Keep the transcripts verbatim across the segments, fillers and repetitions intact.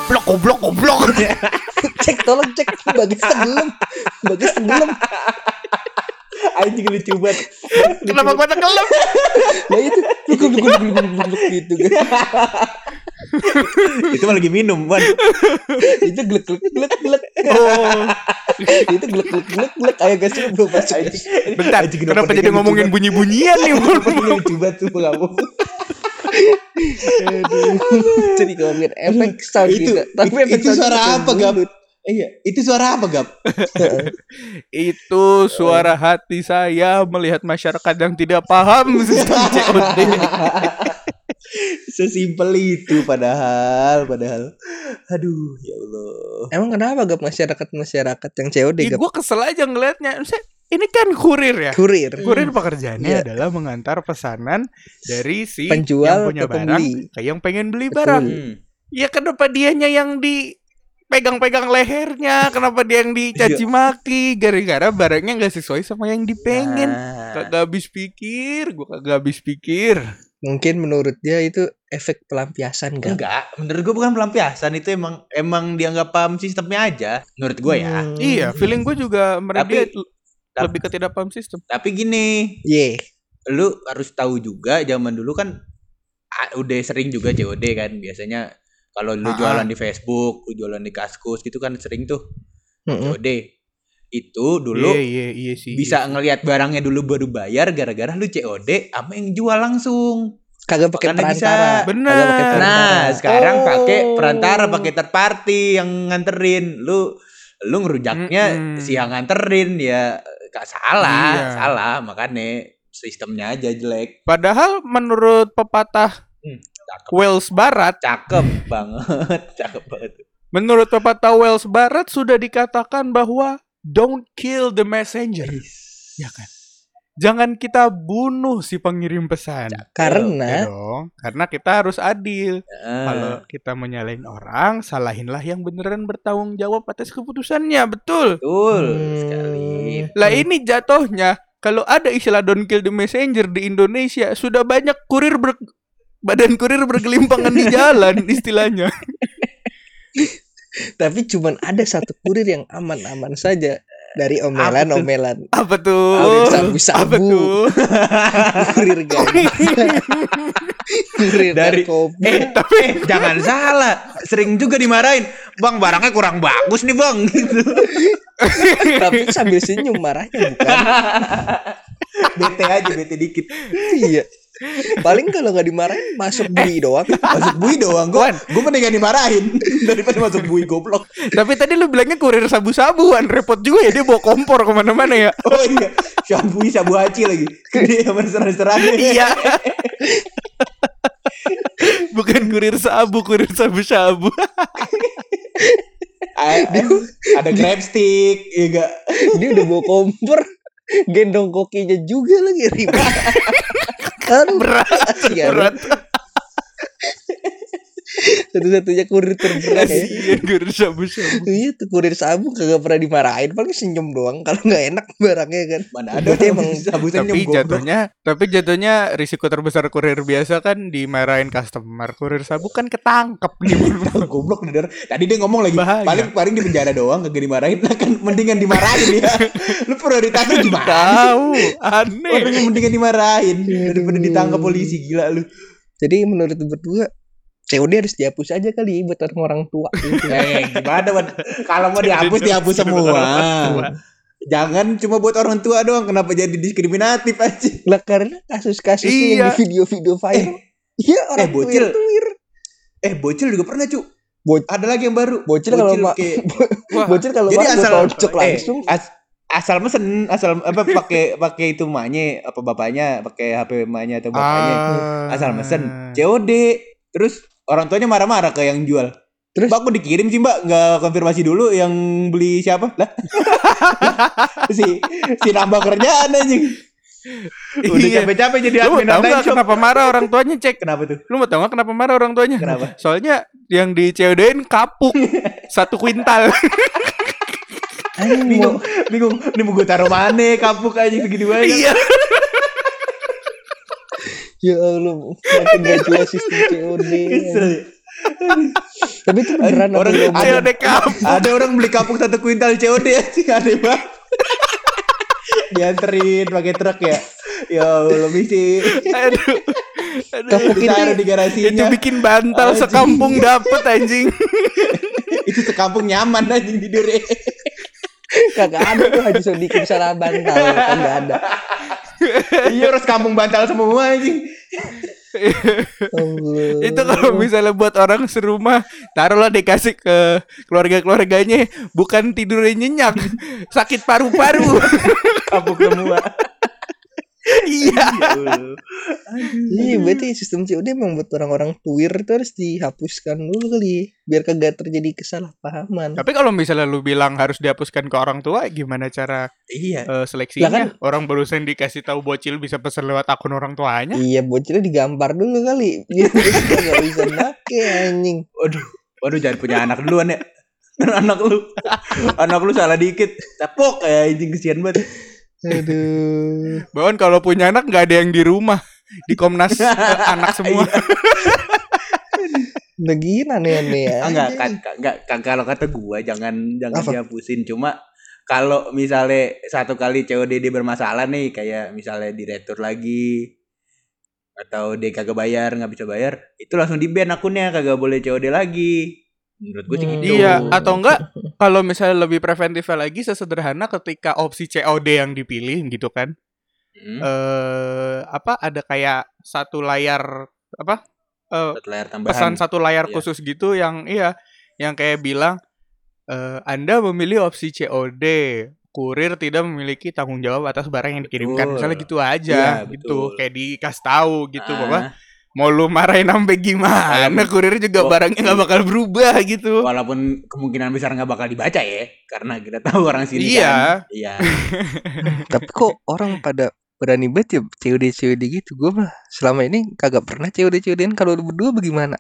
goblok goblok goblok. Cek tolong cek Bagas tenggelam. Bagas tenggelam. Anjing lucu banget. Kenapa gua tenggelam? Nah itu gluk gluk gluk gluk gluk gitu kan. Itu mah lagi minum, Wan. Itu gluk gluk gluk gluk. Oh. Itu gluk gluk gluk gluk. Ayo guys, lu belum masuk. Guys. Bentar, Anjing, kenapa kenapa jadi dia ngomongin lucu bunyi-bunyian nih? Lucu banget tuh kamu. Jadi ngomongin efek sound Itu gitu. Tapi itu, efek itu sound suara pakai apa, Gap? mulut. Iya, itu suara apa, Gap? Itu suara hati saya melihat masyarakat yang tidak paham sistem C O D. Sesimpel itu padahal, padahal. Aduh, ya Allah. Emang kenapa Gap masyarakat-masyarakat yang C O D Ya, Gap? gue kesel aja ngelihatnya. Maksudnya, ini kan kurir ya. Kurir. Kurir pekerjaannya Iya. adalah mengantar pesanan dari si Penjual yang punya ke barang pembeli. ke yang pengen beli Betul. barang. Hmm. Ya kenapa dianya yang dipegang-pegang lehernya, kenapa dia yang dicaci maki gara-gara barangnya nggak sesuai sama yang dipengen. Nah. Kagak habis pikir, gua kagak habis pikir. Mungkin menurut dia itu efek pelampiasan Gap. Enggak, menurut gue bukan pelampiasan, itu emang emang dia nggak paham sistemnya aja, menurut gue ya. Hmm. Iya, feeling gue juga mereka Tapi- dia tapi- lebih ke tidak paham sistem. Tapi gini, Ye. lu harus tahu juga zaman dulu kan ah, udah sering juga C O D kan biasanya. Kalau lu Ah. jualan di Facebook, lu jualan di Kaskus gitu kan sering tuh C Mm-mm. O D. Itu dulu Iya, iya, iya sih. bisa iya. ngelihat barangnya dulu baru bayar gara-gara lu C O D sama yang jual langsung. Kagak pakai Makanya bisa. perantara. Bener. Kagak pakai perantara. Nah, sekarang Oh. pakai perantara, pakai third party yang nganterin. Lu lu ngerujaknya Mm-mm. si yang nganterin ya gak salah, Iya. salah makanya sistemnya aja jelek. Padahal menurut pepatah Hmm, cakep. Wales Barat, Cakep banget, cakep banget. menurut pepatah Wales Barat sudah dikatakan bahwa don't kill the messenger. Ya kan? Jangan kita bunuh si pengirim pesan. Ya Karena dong, karena kita harus adil. Ah. Kalau kita menyalahin orang, salahinlah yang beneran bertanggung jawab atas keputusannya, betul. Betul Hmm. sekali. Lah ini jatuhnya kalau ada istilah don't kill the messenger di Indonesia, sudah banyak kurir ber- badan kurir bergelimpangan di jalan istilahnya. tapi cuman ada satu kurir yang aman-aman saja dari omelan-omelan. Apa tuh? Kurir Apa sabu-sabu. tuh? Kurir ganja. Kurir Dari- narkoba. Eh, tapi jangan salah, sering juga dimarahin. Bang, barangnya kurang bagus nih, Bang. Gitu. Tapi sambil senyum marahnya bukan. Bete aja, bete dikit. Iya. Paling kalau nggak dimarahin masuk bui doang. Masuk bui doang. Gue gue mendingan dimarahin daripada masuk bui goblok. Tapi tadi lu bilangnya kurir sabu-sabuan, repot juga ya dia bawa kompor kemana-mana ya. Oh iya, sabu sabu haci lagi. Dia serang-serang. Iya. Bukan kurir sabu, kurir sabu-sabu. Ada crab stick, ya gak? Dia udah bawa kompor, gendong kokinya juga lagi ribet. Aduh, Berat, kasihan. berat. Satu-satunya kurir terberat ya. Kasihan kurir sabu-sabu. Iya tuh kurir sabu kagak pernah dimarahin, paling senyum doang kalau nggak enak barangnya kan. Mana ada Berarti emang sabu senyum Tapi goblok. jatuhnya, tapi jatuhnya risiko terbesar kurir biasa kan dimarahin customer. Kurir sabu kan ketangkep nih. Goblok nih, Dar. Tadi dia ngomong lagi, Bahaya. paling paling di penjara doang kagak dimarahin, lah kan mendingan dimarahin ya. Lu prioritasnya gimana? Tahu, aneh. Orang yang mendingan dimarahin daripada ditangkap polisi, gila lu. jadi menurut berdua C O D harus dihapus aja kali buat orang-orang tua gitu. Eh, gimana, Wan? Kalau mau dihapus dihapus semua. Jangan cuma buat orang tua doang, kenapa jadi diskriminatif aja? Lah karena kasus-kasusnya Iya. yang di video-video viral. Iya orang eh, bocil. tuir-tuir. Eh, bocil juga pernah, Cu. Bo- Ada lagi yang baru. Bocil kalau ma- kayak Wah, Bocil kalau jadi marah asal gua tonjok eh, langsung. as- asal mesen, asal apa pakai pakai itu emaknya apa bapaknya, pakai H P emaknya atau bapaknya. ah. Asal mesen C O D. Terus orang tuanya marah-marah ke yang jual. Terus? Mbak, kok dikirim sih, Mbak? Nggak konfirmasi dulu yang beli siapa? Lah. si si nambah kerjaan anjing. Udah Iya. capek-capek jadi Lu mau admin tahu online nggak shop. kenapa marah orang tuanya, Cek? Kenapa tuh? Lu mau tahu nggak kenapa marah orang tuanya? Kenapa? Soalnya yang di C O D-in kapuk satu kuintal. Anjing, Bingung, mau- bingung. Ini mau gue taruh mana? Kapuk aja segitu banyak. Iya. Ya Allah, makin gak jelas sistem C O D. Kesel. Tapi itu beneran Orang apa ada- C O D kapuk. Ada orang beli kapuk satu kuintal C O D sih, aneh banget. Dianterin pakai truk ya. Ya Allah sih. Aduh. Aduh. Kapuk itu Ditaruh di Itu garasinya. bikin bantal Anjing. sekampung dapet anjing. Itu sekampung nyaman anjing tidurnya. kagak ada tuh Haji Sodikin salah bantal, kagak ada. Iya, harus kampung bantal semua anjing. Allah. Itu kalau misalnya buat orang serumah, taruhlah dikasih ke keluarga-keluarganya, bukan tidurnya nyenyak, sakit paru-paru. Kapuk semua. Iya. Ya Allah. Iya, berarti sistem C O D emang buat orang-orang tuir itu harus dihapuskan dulu kali, biar kagak terjadi kesalahpahaman. Tapi kalau misalnya lu bilang harus dihapuskan ke orang tua, gimana cara Iya. eh, seleksinya? Lah kan- Orang barusan dikasih tahu bocil bisa pesan lewat akun orang tuanya. Iya, bocilnya digampar dulu kali, biar dia nggak bisa make anjing. Waduh, waduh jangan punya anak duluan ya. Anak lu, anak lu salah dikit, tapok kayak anjing, kesian banget. Aduh. Bahkan kalau punya anak nggak ada yang di rumah, di Komnas eh, anak semua. Udah gini aneh-aneh ya. Ah, enggak, kan, enggak, kan, kalau kata gua jangan jangan Apa? dihapusin. Cuma kalau misalnya satu kali C O D dia bermasalah nih, kayak misalnya diretur lagi atau dia kagak bayar, nggak bisa bayar, itu langsung di-ban akunnya, kagak boleh C O D lagi. Menurut gue sih Hmm. gitu. Iya, atau enggak kalau misalnya lebih preventifnya lagi, sesederhana ketika opsi C O D yang dipilih gitu kan. Hmm. Eh apa ada kayak satu layar apa? Eh Satu layar tambahan. pesan satu layar Iya. khusus gitu yang iya, yang kayak bilang eh Anda memilih opsi C O D. Kurir tidak memiliki tanggung jawab atas barang yang dikirimkan. Betul. Misalnya gitu aja Iya, gitu. betul. Kayak dikasih tahu gitu Ah, bahwa mau lu marahin sampai gimana, Walaupun- kurir juga Wah. barangnya nggak bakal berubah gitu. walaupun kemungkinan besar nggak bakal dibaca ya, karena kita tahu orang sini Iya. kan. Iya. Tapi kok orang pada berani banget ya C O D C O D gitu. Gue mah selama ini kagak pernah C O D C O D-an. Kalau lu berdua bagaimana?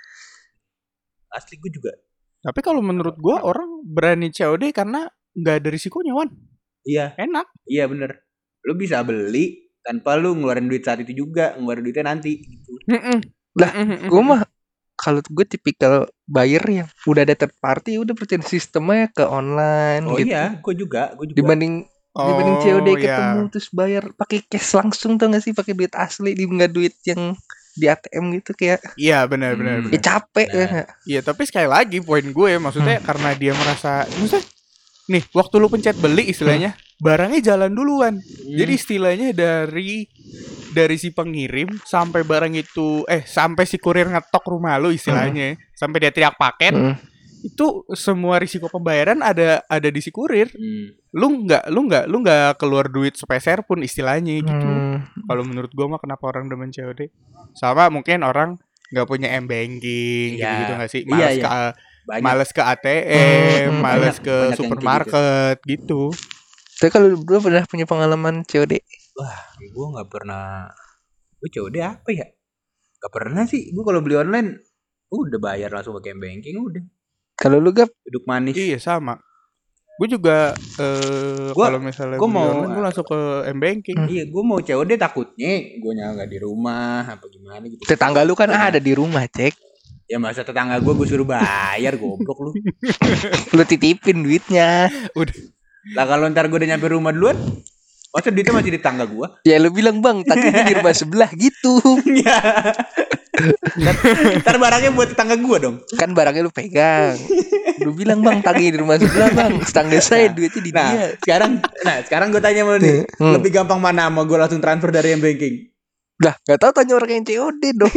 Asli gue juga. Tapi kalau menurut gua orang berani C O D karena nggak ada risikonya, Wan. Iya, Enak. iya bener. Lu bisa beli tanpa lu ngeluarin duit saat itu juga, ngeluarin duitnya nanti gitu. Mm-mm. Lah, Mm-mm. Gue mah kalau gue tipikal buyer yang udah ada third party, udah percaya sistemnya ke online Oh gitu. iya, gue juga, gue juga. Dibanding dibanding Oh, C O D iya. ketemu terus bayar pakai cash langsung, tau gak sih, pakai duit asli, di nggak duit yang di A T M gitu, kayak Iya benar benar Hmm. ya benar. capek Nah. ya nggak? Iya, tapi sekali lagi poin gue maksudnya karena dia merasa maksudnya nih, waktu lu pencet beli istilahnya, barangnya jalan duluan. Hmm. Jadi istilahnya dari dari si pengirim sampai barang itu eh sampai si kurir ngetok rumah lu istilahnya, sampai dia teriak paket, Hmm. itu semua risiko pembayaran ada ada di si kurir. Hmm. Lu nggak lu nggak lu nggak keluar duit sepeser pun istilahnya gitu. Hmm. Kalau menurut gua mah kenapa orang demen C O D? Sama mungkin orang nggak punya m banking Iya. gitu-gitu nggak sih? Iya, Males iya. ke Banyak. males ke A T Hmm, M, males banyak- ke banyak yang kayak supermarket gitu. Tapi kalau lu berdua pernah punya pengalaman C O D? Wah, gue nggak pernah. Gue C O D apa ya? Gak pernah sih. Gue kalau beli online udah bayar langsung pakai banking, udah Kalau lu Gap? duduk manis. Iya sama. Gue juga eh Gua- kalau misalnya gua beli mau- online, gue langsung ke m banking. Hmm. Iya, gue mau C O D takutnya gue nggak di rumah apa gimana gitu. Tetangga lu kan ada di rumah, Cek. Ya masa tetangga gue gue suruh bayar, goblok lu. Lu titipin duitnya. Udah. Lah kalau ntar gue udah nyampe rumah duluan, masa duitnya masih di tetangga gue? Ya lu bilang, "Bang, takutnya di rumah sebelah," gitu. Iya. ntar, ntar barangnya buat tetangga gue dong. Kan barangnya lu pegang. Lu bilang, "Bang, tagih di rumah sebelah, Bang. Tetangga saya duitnya di Nah, dia." sekarang, nah sekarang gue tanya sama lu nih, Hmm. lebih gampang mana sama gue langsung transfer dari m banking? Lah, enggak tahu, tanya orang yang C O D dong.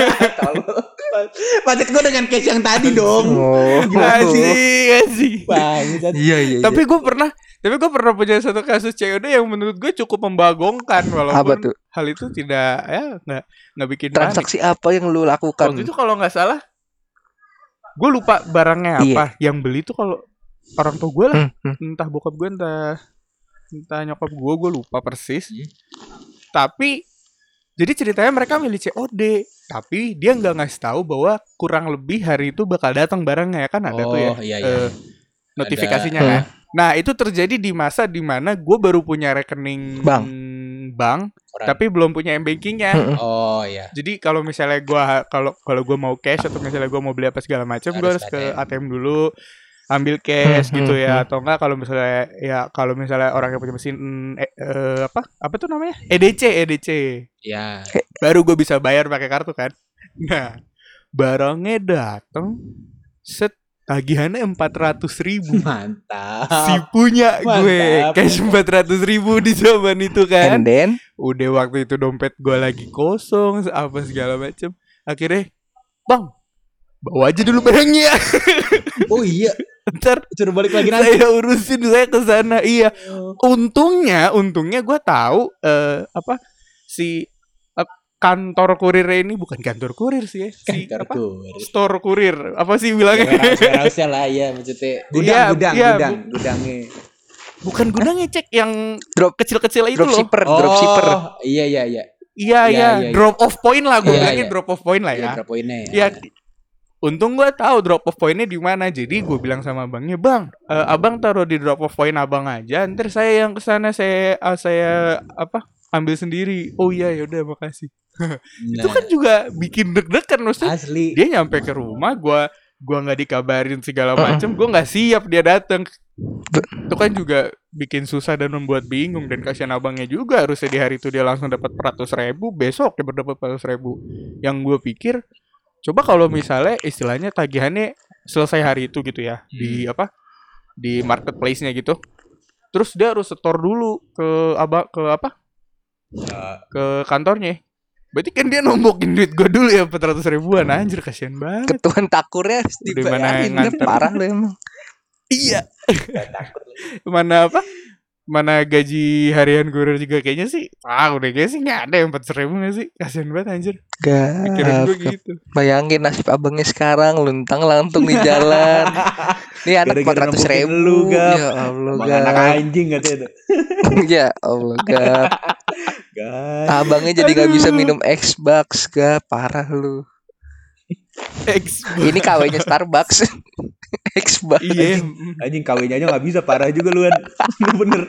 Paket gue dengan cash yang tadi dong. Oh. Asik, asik. Bangsat. Iya, iya, iya. Tapi gue pernah, tapi gue pernah punya satu kasus C O D yang menurut gue cukup membagongkan walaupun Apa tuh? hal itu tidak ya nggak nggak bikin panik. Transaksi apa yang lu lakukan? Waktu itu kalau nggak salah, gue lupa barangnya Iya. apa. Yang beli tuh kalau orang tua gue lah, Hmm, hmm. entah bokap gue, entah entah nyokap gue, gue lupa persis. Hmm. Tapi jadi ceritanya mereka milih C O D, tapi dia nggak ngasih tahu bahwa kurang lebih hari itu bakal datang barangnya, kan ada tuh ya Oh, iya, iya. eh, notifikasinya Ada. kan. Nah itu terjadi di masa dimana gue baru punya rekening Bank. bank Laporan. tapi belum punya m-bankingnya. Mm-mm. Oh iya. Jadi kalau misalnya gua kalau kalau gua mau cash atau misalnya gua mau beli apa segala macam, gua harus Harus ke A T M. A T M dulu ambil cash Hmm, gitu hmm, ya, hmm. atau enggak kalau misalnya ya kalau misalnya orang yang punya mesin mm, eh, eh, apa apa tuh namanya E D C E D C Ya. baru gue bisa bayar pakai kartu kan. Nah barangnya datang set tagihannya empat ratus ribu. Mantap. Si punya gue Mantap. cash empat ratus ribu di zaman itu kan. And then Udah waktu itu dompet gue lagi kosong apa segala macem. Akhirnya bang bawa aja dulu barangnya. Oh iya. Ntar Suruh balik lagi nanti. saya urusin, saya ke sana. Iya. Untungnya, untungnya gue tahu eh, apa si eh, kantor kurir ini bukan kantor kurir sih ya. Si Kantor apa? kurir. Store kurir. Apa sih bilangnya? Warehouse lah ya maksudnya. Gudang, Iya, gudang, iya, gudang, bu- gudangnya. Bukan gudangnya cek yang drop kecil-kecil itu loh. dropshipper, dropshipper. Oh, iya iya iya. Iya, Iya, iya. iya, iya. Drop off point lah. Gue Iya, bilangnya iya. drop off point lah Iya, ya. berapa poinnya ya? Iya. Untung gue tahu drop off pointnya di mana. Jadi gue bilang sama abangnya, bang, eh, abang taruh di drop off point abang aja. Ntar saya yang kesana saya ah, saya apa ambil sendiri. Oh iya ya udah makasih. Itu Nah, kan juga bikin deg-degan maksudnya. asli. Dia nyampe ke rumah, gue gua nggak dikabarin segala Uh-uh. macem. Gue nggak siap dia datang. Itu kan juga bikin susah dan membuat bingung, dan kasihan abangnya juga. Harusnya di hari itu dia langsung dapat empat ratus ribu, besok dia baru dapat empat ratus ribu. Yang gue pikir, coba kalau misalnya istilahnya tagihannya selesai hari itu gitu ya, di apa di marketplace-nya gitu, terus dia harus setor dulu ke abang ke apa Eh, ke kantornya. Berarti kan dia nombokin duit gue dulu ya empat ratus ribuan. Anjir kasihan banget. Ketuan takurnya harus Udah mana dibayarin. yang Kan nganter. parah lu emang. Iya. takut lagi. Mana apa? Mana gaji harian kurir juga kayaknya sih. Ah udah kayaknya sih nggak ada yang empat ribu nggak sih? Kasian banget anjir. Pikiran gue Gak. gitu. Bayangin nasib abangnya sekarang luntang lantung di jalan. Nih anak empat Gara-gara ratus nembokin ribu. lu, Gap. Ya Allah, Emang anak Gap. anjing katanya itu. Ya Allah, Gap. Guys. Abangnya jadi gak bisa minum Xbox, Gap. Parah lu. X. Ini K W-nya Starbucks. Xbox. Iya. Anjing kawinnya aja enggak bisa, parah juga luan. Bener.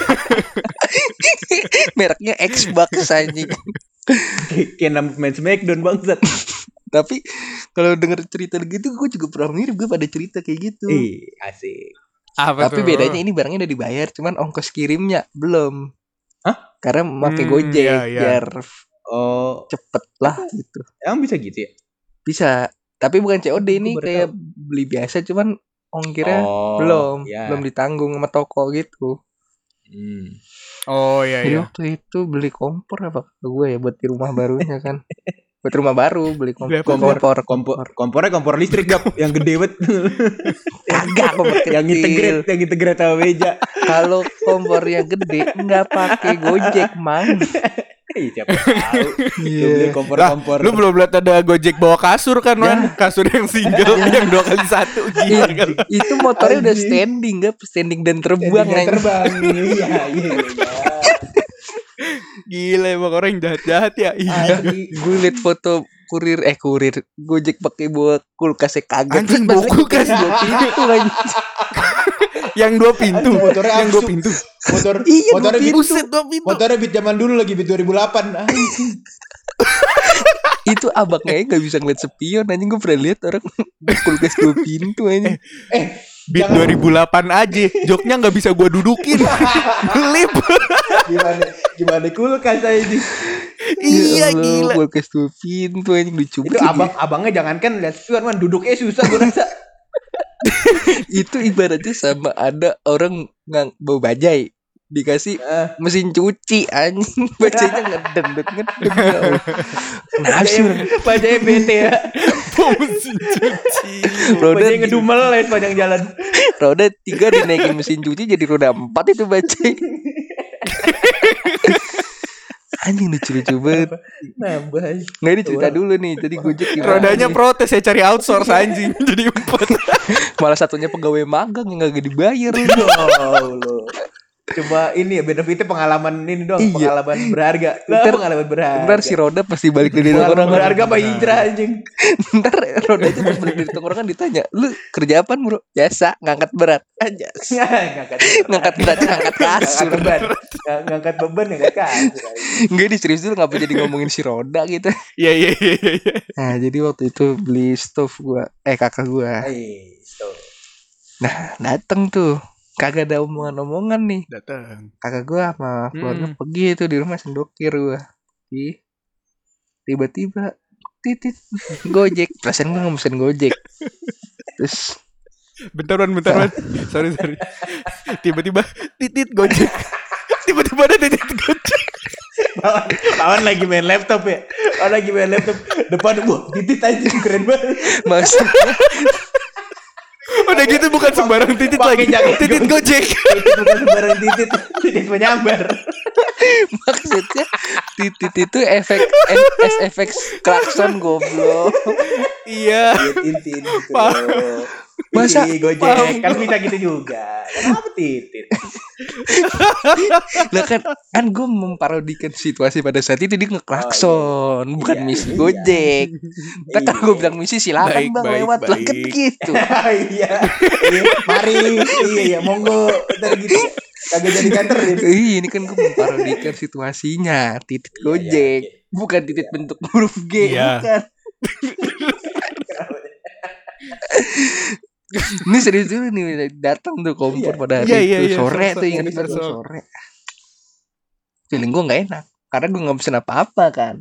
Mereknya Xbox anjing. Kayak nama pemain Smackdown bangsat. Tapi kalau denger cerita gitu gue juga pernah mirip, gue pada cerita kayak gitu. Ih, asik. Apa Tapi tuh? bedanya ini barangnya udah dibayar, cuman ongkos kirimnya belum. Hah? Karena pakai Hmm, Gojek iya, iya. biar Oh, cepet lah gitu. emang bisa gitu ya? Bisa. Tapi bukan C O D Aku ini baru kayak beli biasa, cuman ongkirnya Oh, belum, ya. belum ditanggung sama toko gitu. Hmm. Oh iya Jadi iya. waktu itu beli kompor apa ke gue ya buat di rumah barunya kan. Buat rumah baru beli kompor. Beli apa? kompor, Kompor, kompornya kompor listrik Gap, yang gede banget. Kagak kompor yang kecil. integrate, yang integrate sama meja. Kalau kompornya gede nggak pakai Gojek, Mang. Ih, siapa tahu. Lu beli Iya. kompor-kompor. Lu belum lihat ada Gojek bawa kasur kan, Man? Kasur yang single, yang dua kali satu gila Iya, kan. itu motornya udah Anjing. standing, nggak standing dan terbang Jadinya anjing. terbang. Iya, iya, iya. Gila emang orang yang jahat-jahat ya. Iya. Asli. Gue liat foto kurir eh kurir Gojek pakai bawa kulkasnya kaget. Anjing, bawa kulkas. dua pintu lagi. Yang dua pintu. Anjing, motornya Yang dua absurd. pintu. Motor Iya, motornya dua beat, Buset, dua pintu. motornya beat zaman dulu lagi beat dua ribu delapan. Anjing. Itu abangnya nggak bisa ngeliat spion anjing. Gue pernah lihat orang kulkas dua pintu anjing. Eh, Beat jangan- dua ribu delapan aja. Joknya nggak bisa gua dudukin. Lip. gimana gimana kulkas aja ini. Iya Ya Allah, gila. kulkas dua pintu anjing lucu Itu banget. abang abangnya jangankan lihat spion man, duduknya susah gue rasa. Itu ibaratnya sama ada orang ngang bawa bajai dikasih Ah, mesin cuci anjing, bajainya ngedendut ngedendut ya Allah. Nafsu bajanya bete ya. Bau mesin cuci. roda Bajanya ngedumel lah sepanjang jalan. roda tiga dinaikin mesin cuci jadi roda empat itu bajai. Anjing lucu-lucu banget. Nambah. Nggak, ini cerita dulu nih. Jadi Gojek gimana Rodanya nih? protes, saya cari outsource anjing. Jadi empat. Malah satunya pegawai magang yang nggak dibayar. Ya Allah. Cuma ini ya benefitnya pengalaman ini dong, Iya. pengalaman berharga. Lah, Ntar- pengalaman berharga. Ntar si Roda pasti balik dari pengalaman tongkrongan. berharga apa hijrah anjing. Ntar Roda aja pas balik dari tongkrongan ditanya, lu kerja apaan bro? Biasa ngangkat berat. Anjas. ngangkat Ngangkat berat, ngangkat kasur. ngangkat beban, Ng- ngangkat beban ya ngangkat kasur. Enggak di serius dulu ngapa jadi ngomongin si Roda gitu. Iya iya iya iya. Nah jadi waktu itu beli stove gua, eh kakak gua. Hai, stop. Nah dateng tuh, kagak ada omongan-omongan nih. Datang. Kakak gua sama keluarga Hmm. pergi tuh di rumah sendokir gua. Ih, tiba-tiba titit Gojek. Perasaan gua nggak mesen Gojek. Terus Bentar man, bentar man. Sorry sorry. Tiba-tiba titit Gojek. Tiba-tiba ada titit Gojek. Pawan, Pawan lagi main laptop ya. Pawan lagi main laptop. Depan wah, titit anjing keren banget. maksudnya Udah gitu bukan sembarang titit Pakai lagi. jaket Titit Gojek. Titit bukan sembarang titit, titit menyambar. maksudnya titit itu efek S F X klakson goblok. Iya. Titit gitu. Paham. Masa- Ih, Gojek paham. kan bisa gitu juga. Kenapa titit? Lah kan kan gue memparodikan situasi pada saat itu dia ngeklakson, bukan Iya, misi iya. Gojek. Ntar kalau gue Iya. bilang misi silakan Baik, bang baik, lewat lah kan baik. gitu. iya, iya, mari, iya, iya, monggo, ntar gitu, kagak jadi kantor gitu. Ih, ini kan gue memparodikan situasinya titit Iya, Gojek, iya, bukan titit bentuk huruf G, Iya. bukan. Ini serius dulu nih datang tuh kompor Iya. pada hari Iya, iya, itu iya, sore sok-sok, tuh ingat sok-sok. banget tuh sore. Feeling gue nggak enak karena gue nggak pesen apa-apa kan.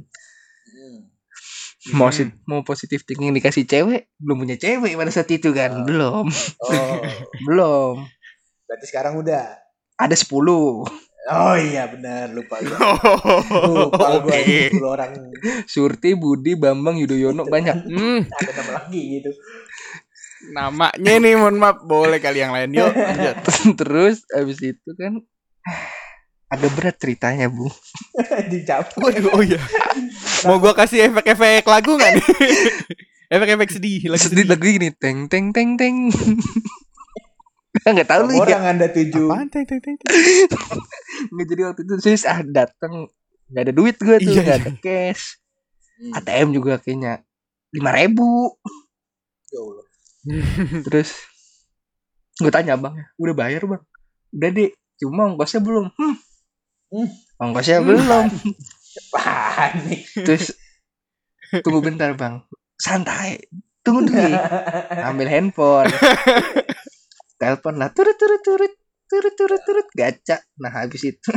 Mau Hmm. si- mau positif thinking dikasih cewek, belum punya cewek pada saat itu kan. Oh. Belum, Oh, belum. berarti sekarang udah. Ada sepuluh. Oh iya benar, lupa gua. Oh, Lupa gua Oke. sepuluh orang Surti, Budi, Bambang, Yudhoyono banyak. Hmm, ada nama lagi gitu. namanya nih mohon maaf, boleh kali yang lain yuk. Lanjut. Terus abis itu kan agak berat ceritanya, Bu. Dicabut. Waduh, oh iya. Mau gua kasih efek-efek lagu nggak nih? Efek-efek sedih, lagu Sedih sedih. lagu ini teng teng teng teng. Nggak tahu lu ya. Orang Anda tujuh. Apaan? Teng, teng, teng, teng. Nggak jadi waktu itu sis ah datang nggak ada duit gue tuh Iya, nggak iya. ada cash. Hmm. A T M juga kayaknya lima ribu. Ya Allah. Terus gue tanya abang, udah bayar bang? Udah deh, cuma ongkosnya belum. Hmm. Hmm. Ongkosnya Hmm. belum. Panik. Terus tunggu bentar bang, santai. Tunggu dulu. Ambil handphone, telepon lah, turut turut turut turut turut turut gaca. Nah habis itu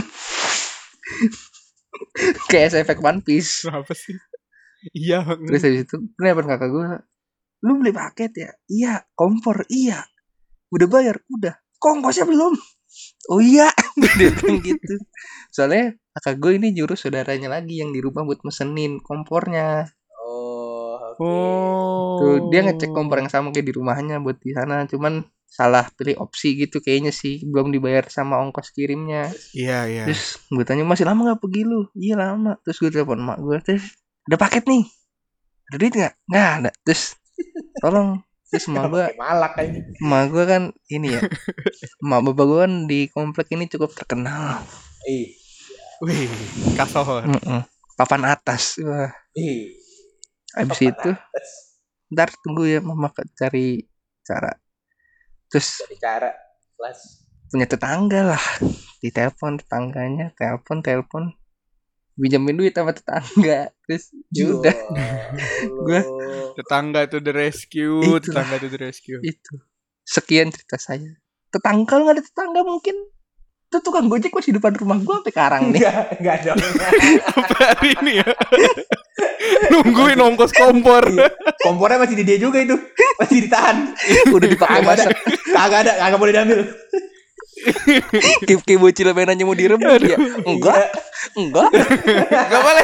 kayak efek One Piece. Kenapa sih? Iya. Terus habis itu kenapa kakak gue, lu beli paket ya? Iya. Kompor? Iya. Udah bayar? Udah. Kok ongkosnya belum? Oh iya. Dia bilang gitu. Soalnya kakak gue ini nyuruh saudaranya lagi yang di rumah buat mesenin kompornya. Oh, oke. Oh. Tuh dia ngecek kompor yang sama kayak di rumahnya buat di sana. Cuman salah pilih opsi gitu kayaknya sih, belum dibayar sama ongkos kirimnya. Iya, iya. Terus gue tanya, masih lama gak pergi lu? Iya lama. Terus gue telepon mak gue, terus ada paket nih, ada duit gak? Nggak ada. Terus tolong. Terus emak gue, Pakai malak aja. emak gue kan ini ya, emak bapak gue kan di komplek ini cukup terkenal. Ih, Wih, kasar. Mm-mm. Papan atas. Wah. ih. Abis Papan itu ntar tunggu ya mama ke- cari cara. Terus Dari cara kelas. punya tetangga lah, ditelepon tetangganya, telepon telepon pinjamin duit sama tetangga. Terus udah Gua- Tetangga to the rescue, Itulah. tetangga to the rescue. itu sekian cerita saya. Tetangga, kalau nggak ada tetangga mungkin tuh tukang gojek masih depan rumah gua sampai sekarang nih. Enggak, enggak dong. Sampai hari ini ya. Nungguin ongkos kompor. Kompornya masih di dia juga itu. Masih ditahan. Udah dipakai Kagak ada. masak. Kagak ada, kagak boleh diambil. Kayak kayak bocil mainannya mau direbut ya. Enggak, enggak. Gak boleh.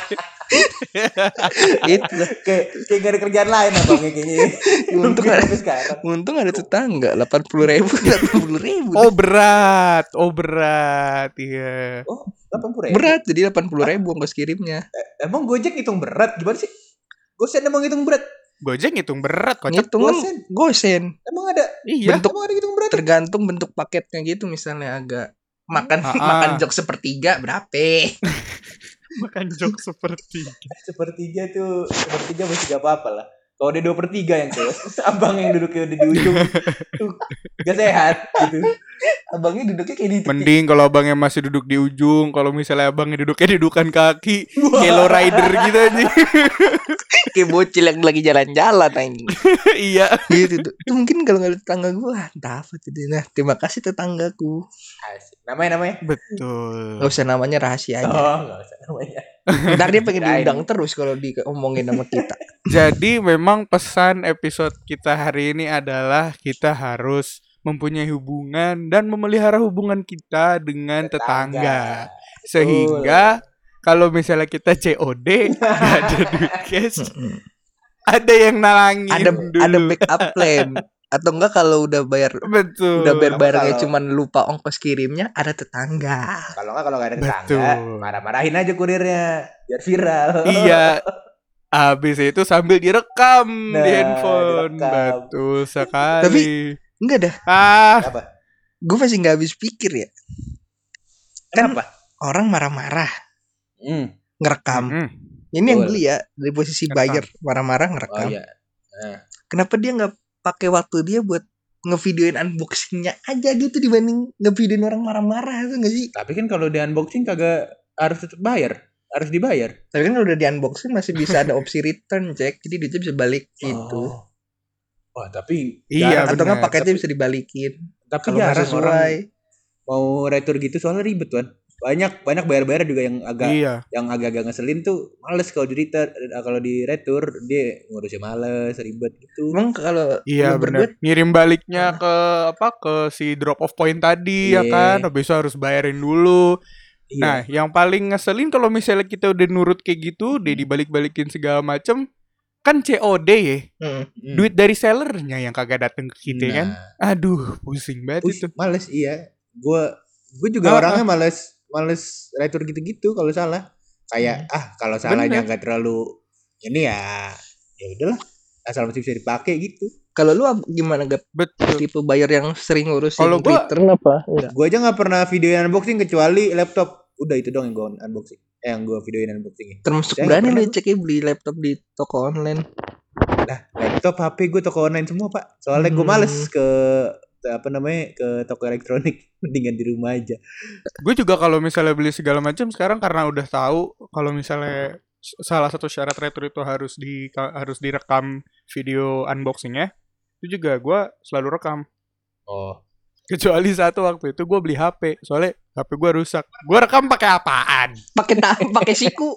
Itu Kayak kayak gak ada kerjaan lain abangnya kayaknya. Untung Nungguin ada- sampai sekarang. untung ada tetangga delapan puluh ribu, delapan puluh ribu. Oh berat, oh berat, iya. Oh, delapan puluh ribu. Berat jadi delapan puluh ribu ongkos kirimnya. Emang Gojek ngitung berat gimana sih? Gosen emang ngitung berat. Gojek ngitung berat, kocak. Ngitung kan gosen. gosen. Emang ada? Iya. Bentuk Emang ada ngitung berat? tergantung bentuk paketnya gitu, misalnya agak makan Ah, ah. makan jok sepertiga berapa? Makan jok seperti Sepertiga tuh, sepertiga masih gak apa-apa lah. Kalau dia dua per tiga yang tuh, abang yang duduknya udah di ujung tuh gak sehat gitu. Abangnya duduknya kayak di titik. mending kalau abangnya masih duduk di ujung. Kalau misalnya abangnya duduknya dudukan kaki, kayak low rider gitu aja. Kayak bocil yang lagi jalan-jalan anjing. Iya. Gitu tuh. Itu mungkin kalau nggak ada tetangga gue, entah apa tuh. Nah, terima kasih tetanggaku. Asik. Namanya namanya? Betul. Gak usah namanya rahasia aja. Oh, gak usah namanya. Ntar dia pengen Kirain. diundang terus kalau diomongin sama kita. Jadi memang pesan episode kita hari ini adalah kita harus mempunyai hubungan dan memelihara hubungan kita dengan tetangga. Sehingga kalau misalnya kita C O D nggak ada duit cash, ada yang nalangin Ada dulu. ada backup plan. Atau enggak kalau udah bayar Betul. udah bayar barangnya Kalau- cuman lupa ongkos kirimnya, ada tetangga. Kalau nggak kalau nggak ada tetangga, Betul. marah-marahin aja kurirnya biar viral. Iya. Habis itu sambil direkam Nah, di handphone. direkam. Betul sekali. Enggak dah, ah, Apa? gue masih nggak habis pikir ya. Kan Kenapa? orang marah-marah Hmm. ngerekam. mm, Ini yang Betul. beli ya dari posisi Ngerekam. buyer marah-marah Oh ngerekam. iya. Nah, Kenapa dia nggak pakai waktu dia buat ngevideoin unboxingnya aja gitu dibanding ngevideoin orang marah-marah itu nggak sih? tapi kan kalau di unboxing kagak harus tetap bayar, harus dibayar. Tapi kan udah di unboxing masih bisa ada opsi return cek, jadi duitnya bisa balik gitu. Oh. Wah, tapi Iya, jarang- Atau nggak bener. paketnya bisa dibalikin tapi kalau nggak jarang orang sesuai. mau retur gitu soalnya ribet tuan. Banyak banyak bayar-bayar juga yang agak iya. yang agak-agak ngeselin tuh males kalau di retur, kalau di retur dia ngurusnya males, ribet gitu. Emang kalau Iya lu benar. berdua Ngirim baliknya ke apa ke si drop off point tadi ya Iya. kan. Habis itu harus bayarin dulu. Iya. Nah, yang paling ngeselin kalau misalnya kita udah nurut kayak gitu, dia dibalik-balikin segala macem, kan C O D ya. Hmm. Hmm. Duit dari sellernya yang kagak dateng ke kita Nah, kan. Aduh, pusing banget Us, itu. males iya. Gua gue juga Ah, orangnya males males retur gitu-gitu kalau salah. Kayak Hmm. ah kalau salahnya Bener. nggak terlalu ini ya ya udahlah asal masih bisa dipakai gitu. Kalau lu ap- gimana gak Betul. tipe buyer yang sering ngurusin Kalau gua- return apa? Enggak. Gue aja nggak pernah videoin unboxing kecuali laptop. Udah itu dong yang gue unboxing. Eh yang gue videoin unboxingnya. Termasuk Saya berani nggak lu pernah. cek beli laptop di toko online. Lah laptop, H P gue toko online semua pak. Soalnya gue Hmm. males ke apa namanya ke toko elektronik. Mendingan di rumah aja. Gue juga kalau misalnya beli segala macam sekarang karena udah tahu kalau misalnya s- salah satu syarat retur itu harus di harus direkam video unboxingnya, itu juga gue selalu rekam. Oh. Kecuali satu waktu itu gue beli H P, soalnya H P gue rusak. Gue rekam pakai apaan? Pakai ta- pakai siku.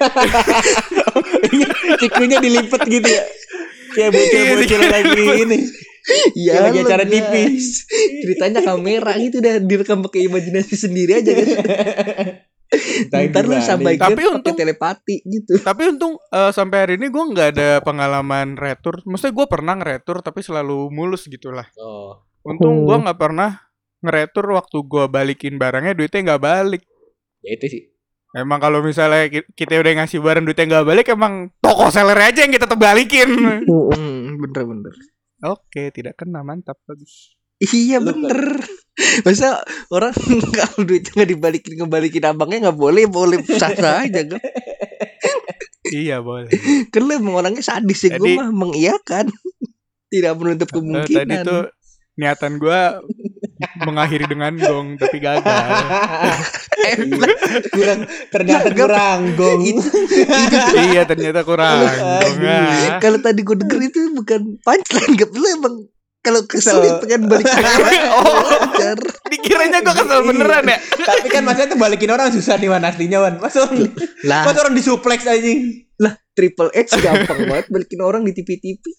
Cikunya dilipet gitu ya. Kayak bocil-bocil Iya, lagi ini. Iya, Kayak lagi acara lah, T V. guys. Ceritanya kamera gitu udah direkam pakai imajinasi sendiri aja kan. Ntar lu sampai Tapi pakai untung- telepati gitu. Tapi untung eh, sampai hari ini gue nggak ada pengalaman retur. Maksudnya gue pernah ngeretur tapi selalu mulus gitulah. Oh. Untung Hmm. gue nggak pernah ngeretur waktu gue balikin barangnya duitnya nggak balik. Ya itu sih. Emang kalau misalnya ki- kita udah ngasih barang duitnya nggak balik, emang toko seller aja yang kita terbalikin. Hmm, bener-bener. Oke, tidak kena, mantap, bagus. Iya Lu bener. Masa orang kalau duitnya nggak dibalikin ngebalikin abangnya nggak boleh, boleh sah-sah aja kan? Iya boleh. Kan lu emang orangnya sadis ya, gue Tadi- mah mengiyakan. Tidak menutup Eh, kemungkinan. tadi tuh niatan gue mengakhiri dengan gong, tapi gagal. kurang ternyata Gak- kurang gong. Iya ternyata kurang. Gong, ah. Kalau tadi gue denger itu bukan punchline, gak perlu emang. Kalau kesel Kesel. pengen balik orang. Oh. Wajar. Dikiranya gue kesel beneran ya. Tapi kan maksudnya tuh balikin orang susah nih man aslinya man. Masa orang, Lah, masa orang disuplex anjing. Triple X gampang banget balikin orang di T V-T V.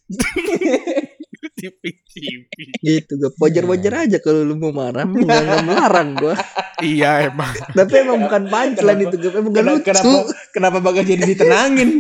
Tipi-tipi. Gitu, gak wajar-wajar aja kalau lu mau marah, enggak enggak melarang gua. Iya emang. Tapi emang bukan punchline itu, gak emang gak Kenapa, lucu. kenapa kenapa bakal jadi ditenangin?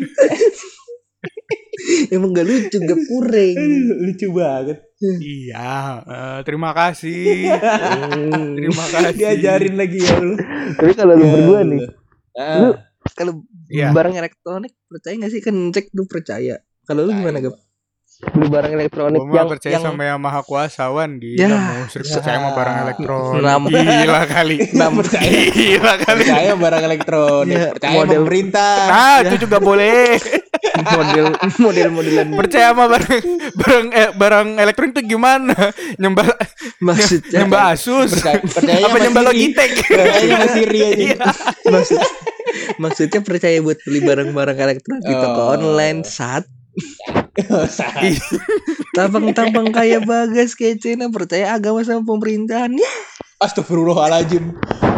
Emang gak lucu, gak kurang. Lucu banget. Iya. eh, terima kasih. Hmm. Terima kasih. Diajarin lagi ya lu. Tapi kalau lu Ya berdua nih, Allah. lu kalau Iya. barang elektronik percaya gak sih? Kan cek lu percaya. Kalau lu gimana, Gap? beli barang elektronik Gua mah yang percaya yang sama yang maha kuasa Wan. Gila Ya, mau sering percaya sama barang ya. elektronik. Nam- Gila kali. Nam- percaya Gila kali. percaya barang elektronik, Iya, percaya model- pemerintah. Nah, itu juga boleh. model model-modelan Percaya sama barang barang eh, barang elektronik itu gimana? Nyembah maksudnya nyembah Asus. Percaya, percaya Apa sama nyembah Siri. Logitech? Percaya sama Siri aja. Iya. maksud maksudnya percaya buat beli barang-barang elektronik di toko Oh. online saat Saat. tampang-tampang kayak Bagas kece nah percaya agama sama pemerintahan ya. Astagfirullahaladzim.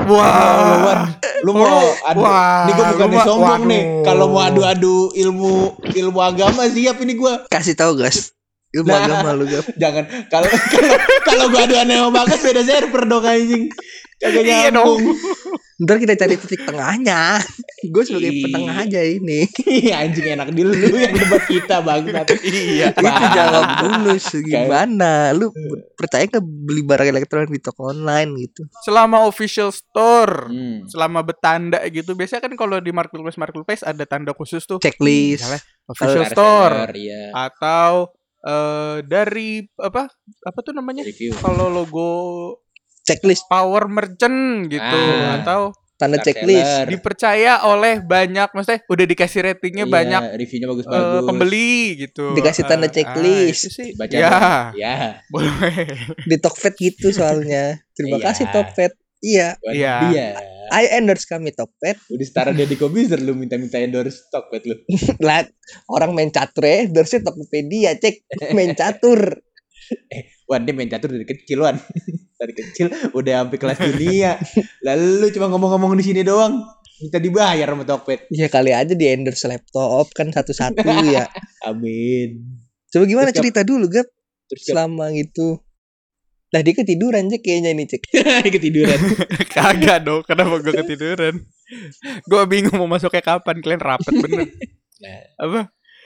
Wah. Lu mau adu, Wah, ini gue bukan lu mah- sombong waduh. nih. Kalau mau adu-adu ilmu ilmu agama siap ini gue. Kasih tahu gas ilmu Nah. agama lu Gap. Jangan kalau kalau kalau gue adu aneh sama Bagas beda server dong anjing. Kagak Iya nyambung. Ntar kita cari titik tengahnya. Gue sebagai Iya. penengah aja ini. Iya anjing enak di lu yang debat kita bangsat. Iya. Itu jawab dulu Kayak- gimana lu percaya nggak beli barang elektronik di toko online gitu. Selama official store, Hmm. selama bertanda gitu, biasanya kan kalau di marketplace marketplace ada tanda khusus tuh. Checklist. Misalnya official Reseller, store iya. atau eh, dari apa apa tuh namanya? Review. Kalau logo Checklist power merchant gitu Ah. atau tanda Reseller. checklist. dipercaya oleh banyak, maksudnya udah dikasih ratingnya Iya, banyak reviewnya eh, bagus-bagus. pembeli gitu. Dikasih tanda Ah, checklist. ah, itu sih. Baca Ya, dong. Ya. boleh. Di Tokped gitu soalnya. Terima Iya. kasih Tokped. Iya, Waduh, Iya. Iya. I endorse kami Tokped. Udah setara Deddy Kobuzer lu minta-minta endorse Tokped lu. Lah, orang main catur ya, endorse Tokopedia, cek main catur. Wan dia main catur dari kecil Wan. Dari kecil udah sampai kelas dunia. Lalu lu cuma ngomong-ngomong di sini doang. Minta dibayar sama Tokped. Ya kali aja di endorse laptop kan satu-satu ya. Amin. Coba gimana Terus, Gap? cerita dulu Gap Terus Gap, selama gitu. Lah dia ketiduran cek kayaknya ini cek. ketiduran. Kagak dong, kenapa gue ketiduran? Gue bingung mau masuknya kapan, kalian rapet bener. Nah. Apa?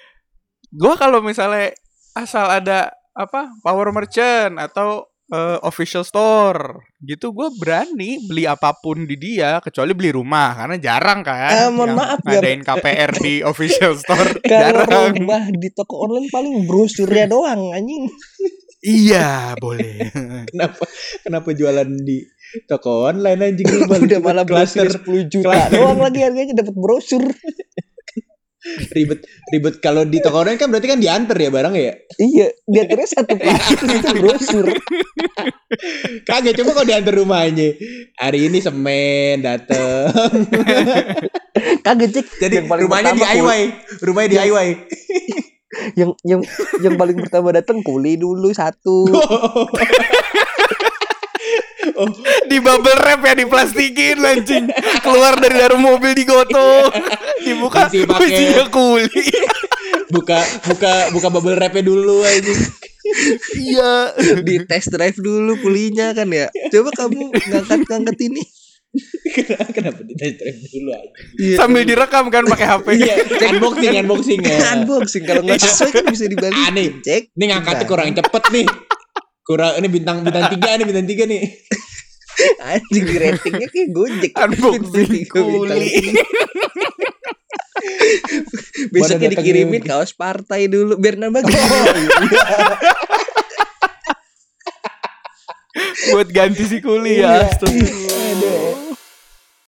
Gue kalau misalnya asal ada apa power merchant atau eh, official store gitu, gue berani beli apapun di dia kecuali beli rumah karena jarang kan. Ah, mohon yang maaf, Gap. ngadain K P R di official store. Kalau Jarang. rumah di toko online paling brosurnya doang anjing. Iya boleh. Kenapa kenapa jualan di toko online anjing lu balik Udah malah cluster brosur sepuluh juta cluster. doang lagi harganya dapat brosur. ribet ribet kalau di toko online kan berarti kan diantar ya barang ya. Iya, dia terus satu paket itu brosur. Kagak coba kalau diantar rumahnya. Hari ini semen dateng. Kagak cek. Jadi yang paling rumahnya pertama D I Y. Rumahnya D I Y. yang yang yang paling pertama datang kuli dulu satu. Oh, Di bubble wrap ya, diplastikin anjing. Keluar dari dalam mobil digotong. Dibuka Isi paket. isinya kuli. buka buka buka bubble wrap-nya dulu anjing. Iya. Di test drive dulu kulinya kan ya. Coba kamu ngangkat-ngangkat ini. Kenapa di test drive dulu aja? Iya. Sambil direkam kan pakai H P. Iya, unboxing unboxing ya. Unboxing kalau nggak sesuai kan bisa dibalik. Aneh. Cek. Ini ngangkatnya kurang cepet nih. Kurang ini bintang bintang tiga nih bintang tiga nih. Anjing di ratingnya kayak Gojek. Unboxing Bintang kuli. tiga. Besoknya Mana dikirimin datangnya? kaos partai dulu biar nambah. Buat ganti si kuli Iya. ya. Astagfirullah. Aduh.